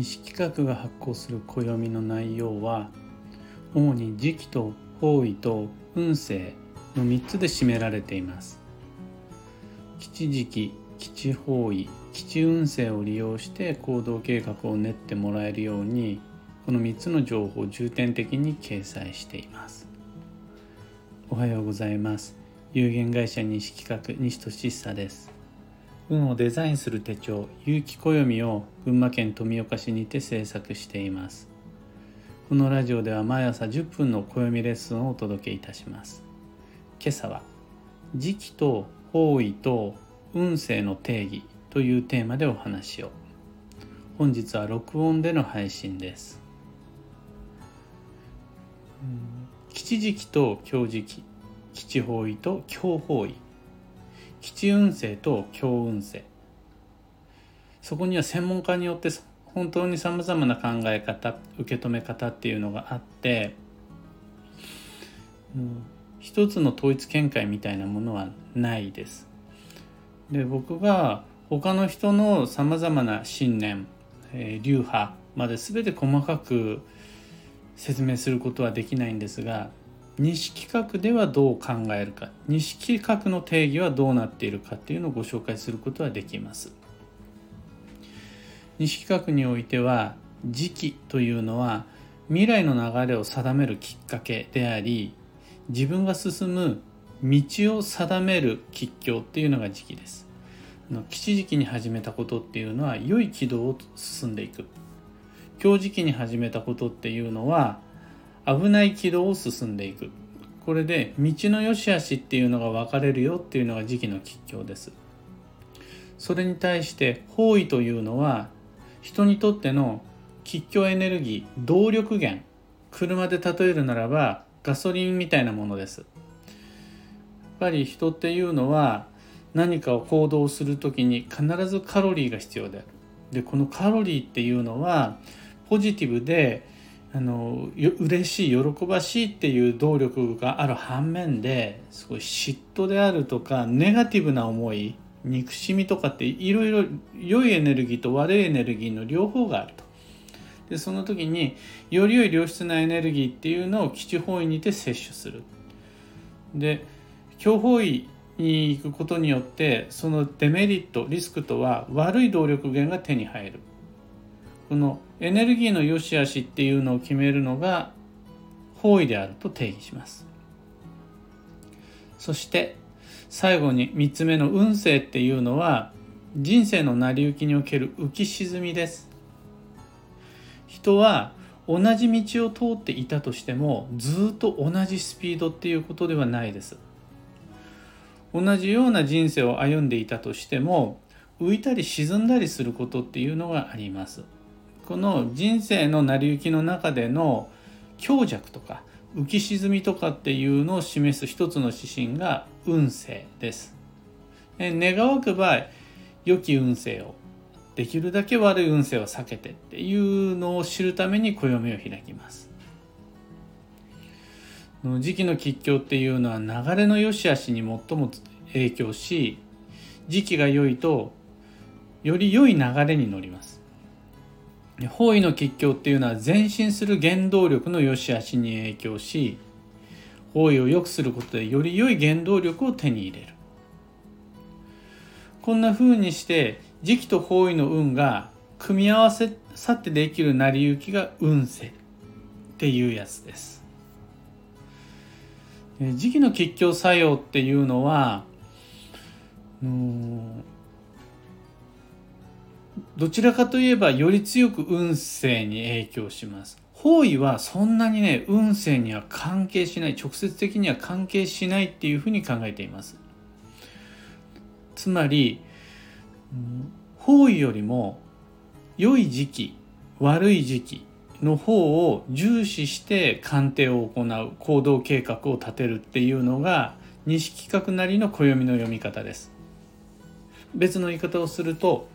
西企画が発行する暦の内容は主に時期と方位と運勢の3つで占められています。吉時期、吉方位、吉運勢を利用して行動計画を練ってもらえるように、この3つの情報を重点的に掲載しています。おはようございます。有限会社西企画西俊久です。運をデザインする手帳有機暦を群馬県富岡市にて制作しています。このラジオでは毎朝10分の暦レッスンをお届けいたします。今朝は時期と方位と運勢の定義というテーマでお話を。本日は録音での配信です。吉時期と凶時期、吉方位と凶方位、吉運勢と凶運勢。そこには専門家によって本当にさまざまな考え方、受け止め方っていうのがあって、一つの統一見解みたいなものはないです。で、僕が他の人のさまざまな信念、流派まで全て細かく説明することはできないんですが、西企画ではどう考えるか、西企画の定義はどうなっているかっていうのをご紹介することはできます。西企画においては、時期というのは未来の流れを定めるきっかけであり、自分が進む道を定める吉凶っていうのが時期です。吉時期に始めたことっていうのは良い軌道を進んでいく。凶時期に始めたことっていうのは危ない軌道を進んでいく。これで道の良し悪しっていうのが分かれるよっていうのが時期の吉凶です。それに対して方位というのは人にとっての吉凶エネルギー、動力源、車で例えるならばガソリンみたいなものです。やっぱり人っていうのは何かを行動するときに必ずカロリーが必要である。で、このカロリーっていうのはポジティブで嬉しい、喜ばしいっていう動力がある反面で、すごい嫉妬であるとかネガティブな思い、憎しみとかっていろいろ良いエネルギーと悪いエネルギーの両方があると。で、その時により良い良質なエネルギーっていうのを吉方位にて摂取する。で、凶方位に行くことによってそのデメリット、リスクとは悪い動力源が手に入る。このエネルギーの良し悪しっていうのを決めるのが方位であると定義します。そして最後に3つ目の運勢っていうのは人生の成り行きにおける浮き沈みです。人は同じ道を通っていたとしてもずっと同じスピードっていうことではないです。同じような人生を歩んでいたとしても浮いたり沈んだりすることっていうのがあります。この人生の成り行きの中での強弱とか浮き沈みとかっていうのを示す一つの指針が運勢です。願わくば良き運勢を、できるだけ悪い運勢を避けてっていうのを知るために暦を開きます。時期の吉凶っていうのは流れの良し悪しに最も影響し、時期が良いとより良い流れに乗ります。方位の吉凶っていうのは前進する原動力の良し悪しに影響し、方位を良くすることでより良い原動力を手に入れる。こんな風にして時期と方位の運が組み合わさってできる成り行きが運勢っていうやつです。時期の吉凶作用っていうのはどちらかといえばより強く運勢に影響します。方位はそんなにね、運勢には関係しない、直接的には関係しないっていうふうに考えています。つまり方位よりも良い時期、悪い時期の方を重視して鑑定を行う、行動計画を立てるっていうのが西企画なりの暦の読み方です。別の言い方をすると、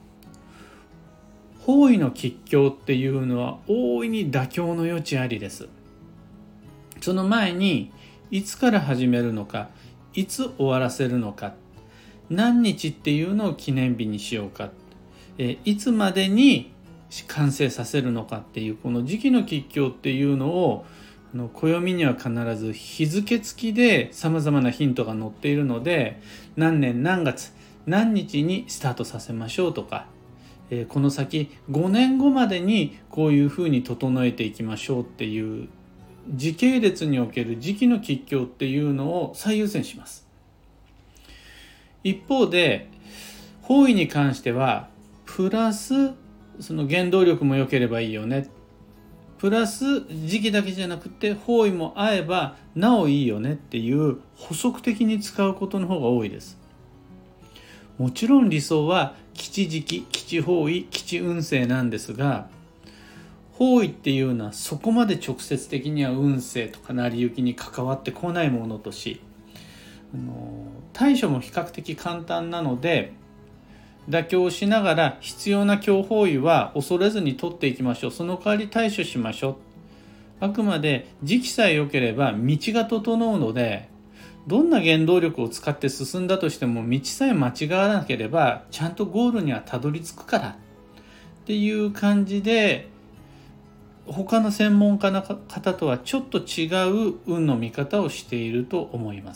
方位の吉凶っていうのは大いに妥協の余地ありです。その前にいつから始めるのか、いつ終わらせるのか、何日っていうのを記念日にしようか、いつまでに完成させるのかっていう、この時期の吉凶っていうのを暦には必ず日付付きでさまざまなヒントが載っているので、何年何月何日にスタートさせましょうとか、この先5年後までにこういうふうに整えていきましょうっていう時系列における時期の吉凶っていうのを最優先します。一方で方位に関してはプラスその原動力も良ければいいよね、プラス時期だけじゃなくて方位も合えばなおいいよねっていう補足的に使うことの方が多いです。もちろん理想は吉時期、吉方位、吉運勢なんですが、方位っていうのはそこまで直接的には運勢とか成り行きに関わってこないものとし、対処も比較的簡単なので、妥協しながら必要な強方位は恐れずに取っていきましょう。その代わり対処しましょう。あくまで時期さえ良ければ道が整うので、どんな原動力を使って進んだとしても道さえ間違わなければちゃんとゴールにはたどり着くからっていう感じで、他の専門家の方とはちょっと違う運の見方をしていると思います。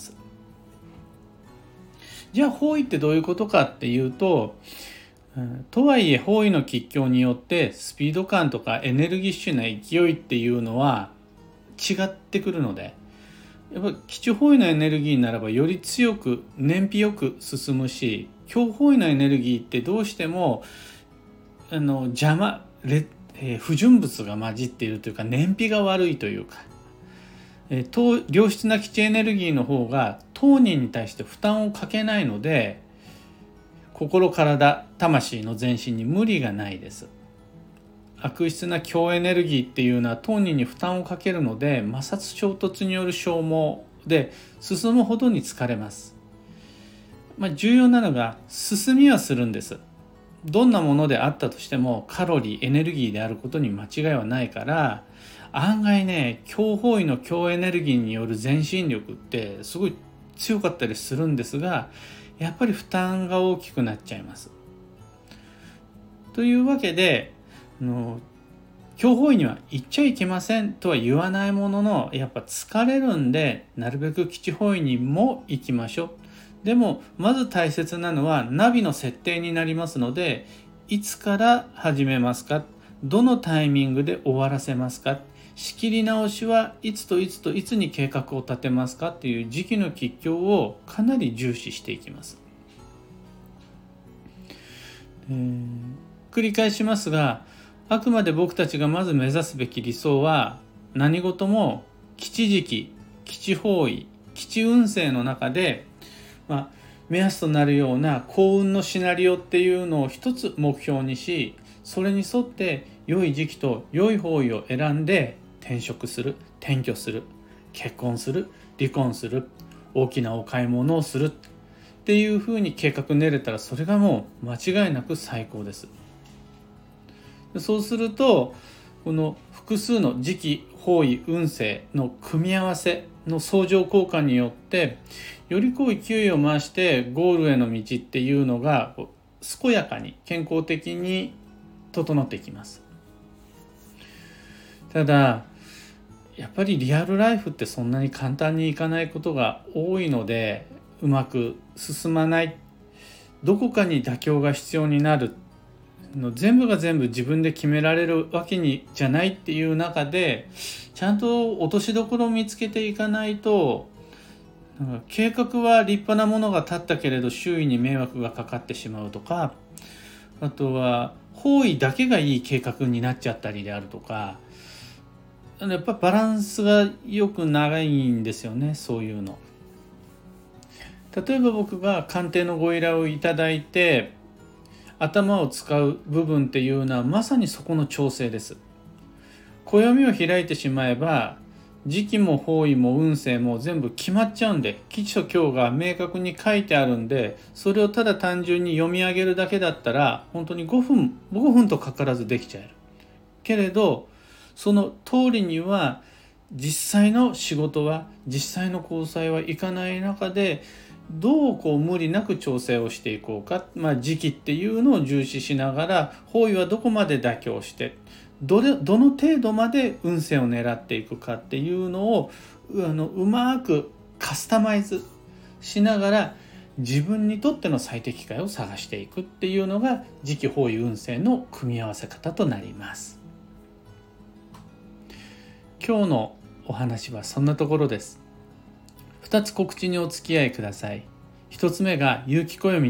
じゃあ方位ってどういうことかっていうと、とはいえ方位の吉凶によってスピード感とかエネルギッシュな勢いっていうのは違ってくるので、やっぱり吉方位のエネルギーならばより強く燃費よく進むし、強方位のエネルギーってどうしても邪魔不純物が混じっているというか、燃費が悪いというか、良質な基地エネルギーの方が当人に対して負担をかけないので、心体魂の前進に無理がないです。悪質な強エネルギーっていうのは当人に負担をかけるので、摩擦衝突による消耗で進むほどに疲れます。重要なのが進みはするんです。どんなものであったとしてもカロリーエネルギーであることに間違いはないから、案外ね、強方位の強エネルギーによる前進力ってすごい強かったりするんですが、やっぱり負担が大きくなっちゃいます。というわけで、強方位には行っちゃいけませんとは言わないものの、やっぱ疲れるんでなるべく吉方位にも行きましょう。でもまず大切なのはナビの設定になりますので、いつから始めますか、どのタイミングで終わらせますか、仕切り直しはいつといつといつに計画を立てますかっていう時期の吉凶をかなり重視していきます。繰り返しますが、あくまで僕たちがまず目指すべき理想は、何事も吉時期、吉方位、吉運勢の中で、目安となるような幸運のシナリオっていうのを一つ目標にし、それに沿って良い時期と良い方位を選んで転職する、転居する、結婚する、離婚する、大きなお買い物をするっていうふうに計画練れたら、それがもう間違いなく最高です。そうすると、この複数の時期、方位、運勢の組み合わせの相乗効果によって、より勢いを増してゴールへの道っていうのが健やかに健康的に整っていきます。ただやっぱりリアルライフってそんなに簡単にいかないことが多いので、うまく進まない、どこかに妥協が必要になる、全部が全部自分で決められるわけにじゃないっていう中で、ちゃんと落としどころを見つけていかないと、計画は立派なものが立ったけれど周囲に迷惑がかかってしまうとか、あとは方位だけがいい計画になっちゃったりであるとか、やっぱバランスがよくないんですよね、そういうの。例えば僕が鑑定のご依頼をいただいて頭を使う部分っていうのはまさにそこの調整です。暦を開いてしまえば時期も方位も運勢も全部決まっちゃうんで、吉と凶が明確に書いてあるんで、それをただ単純に読み上げるだけだったら本当に5分とかからずできちゃえるけれど、その通りには実際の仕事は、実際の交際はいかない中で、 どう無理なく調整をしていこうか、時期っていうのを重視しながら、方位はどこまで妥協してどの程度まで運勢を狙っていくかっていうのをうまくカスタマイズしながら自分にとっての最適解を探していくっていうのが時期方位運勢の組み合わせ方となります。今日のお話はそんなところです。2つ告知にお付き合いください。1つ目が有機暦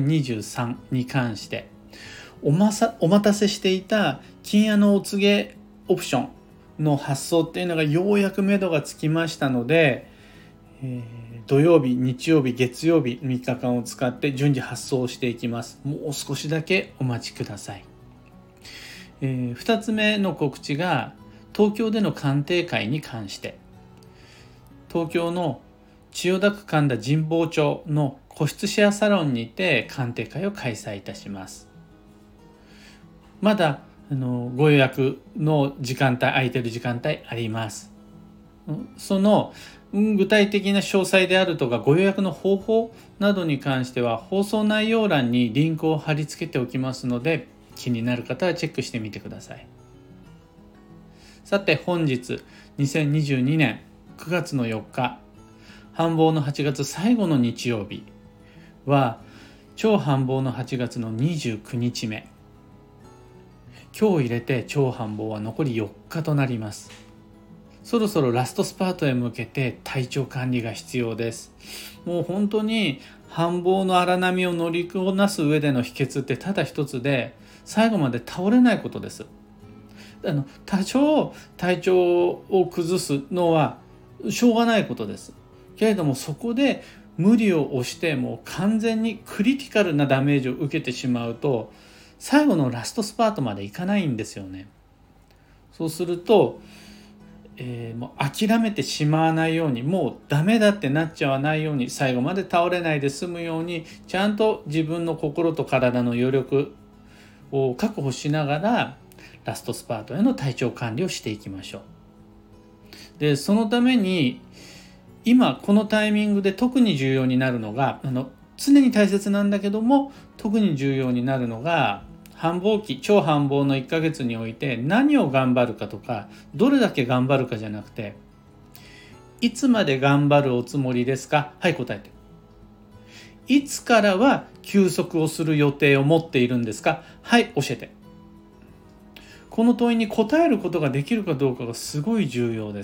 2023に関してお待たせしていた金屋のお告げオプションの発送っていうのがようやく目処がつきましたので、土曜日、日曜日、月曜日3日間を使って順次発送していきます。もう少しだけお待ちください。2つ目の告知が東京での鑑定会に関して、東京の千代田区神田神保町の個室シェアサロンにて鑑定会を開催いたします。まだご予約の時間帯、空いてる時間帯あります。その具体的な詳細であるとかご予約の方法などに関しては放送内容欄にリンクを貼り付けておきますので、気になる方はチェックしてみてください。さて本日2022年9月の4日、繁忙の8月最後の日曜日は超繁忙の8月の29日目。今日入れて超繁忙は残り4日となります。そろそろラストスパートへ向けて体調管理が必要です。もう本当に繁忙の荒波を乗りこなす上での秘訣ってただ一つで、最後まで倒れないことです。多少体調を崩すのはしょうがないことです。けれどもそこで無理を押してもう完全にクリティカルなダメージを受けてしまうと、最後のラストスパートまでいかないんですよね。そうすると、もう諦めてしまわないように、もうダメだってなっちゃわないように、最後まで倒れないで済むように、ちゃんと自分の心と体の余力を確保しながらラストスパートへの体調管理をしていきましょう。で、そのために今このタイミングで特に重要になるのが、常に大切なんだけども特に重要になるのが、繁忙期、超繁忙の1ヶ月において何を頑張るかとか、どれだけ頑張るかじゃなくて、いつまで頑張るおつもりですか？はい、答えて。いつからは休息をする予定を持っているんですか？はい、教えて。この問いに答えることができるかどうかがすごい重要です。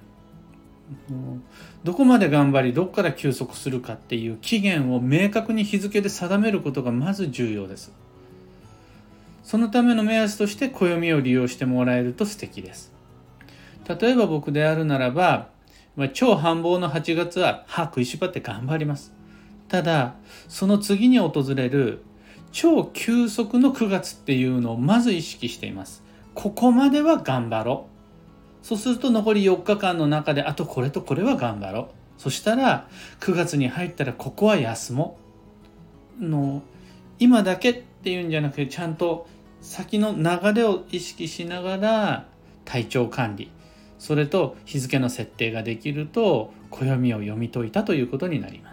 どこまで頑張りどこから休息するかっていう期限を明確に日付で定めることがまず重要です。そのための目安として暦を利用してもらえると素敵です。例えば僕であるならば、超繁忙の8月は歯食いしばって頑張ります。ただその次に訪れる超休息の9月っていうのをまず意識しています。ここまでは頑張ろう。そうすると残り4日間の中であとこれとこれは頑張ろう。そしたら9月に入ったらここは休もう。今だけっていうんじゃなくて、ちゃんと先の流れを意識しながら体調管理、それと日付の設定ができると暦を読み解いたということになります。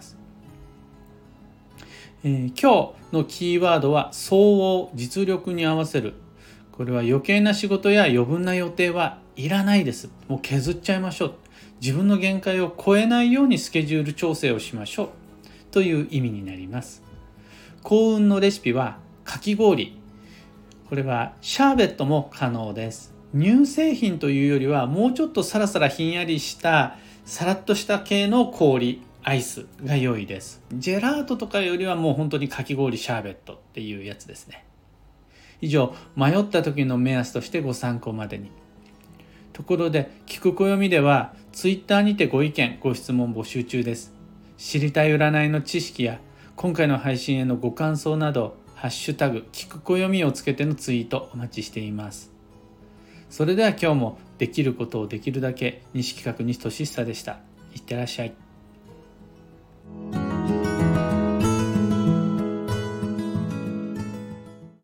今日のキーワードは相応、実力に合わせる。これは余計な仕事や余分な予定はいらないです。もう削っちゃいましょう。自分の限界を超えないようにスケジュール調整をしましょうという意味になります。幸運のレシピはかき氷。これはシャーベットも可能です。乳製品というよりはもうちょっとサラサラひんやりしたサラッとした系の氷、アイスが良いです。ジェラートとかよりはもう本当にかき氷、シャーベットっていうやつですね。以上、迷った時の目安としてご参考までに。ところで、聞く暦ではツイッターにてご意見ご質問募集中です。知りたい占いの知識や今回の配信へのご感想など、ハッシュタグ聞く暦をつけてのツイートお待ちしています。それでは今日もできることをできるだけ、西企画西俊久でした。いってらっしゃい。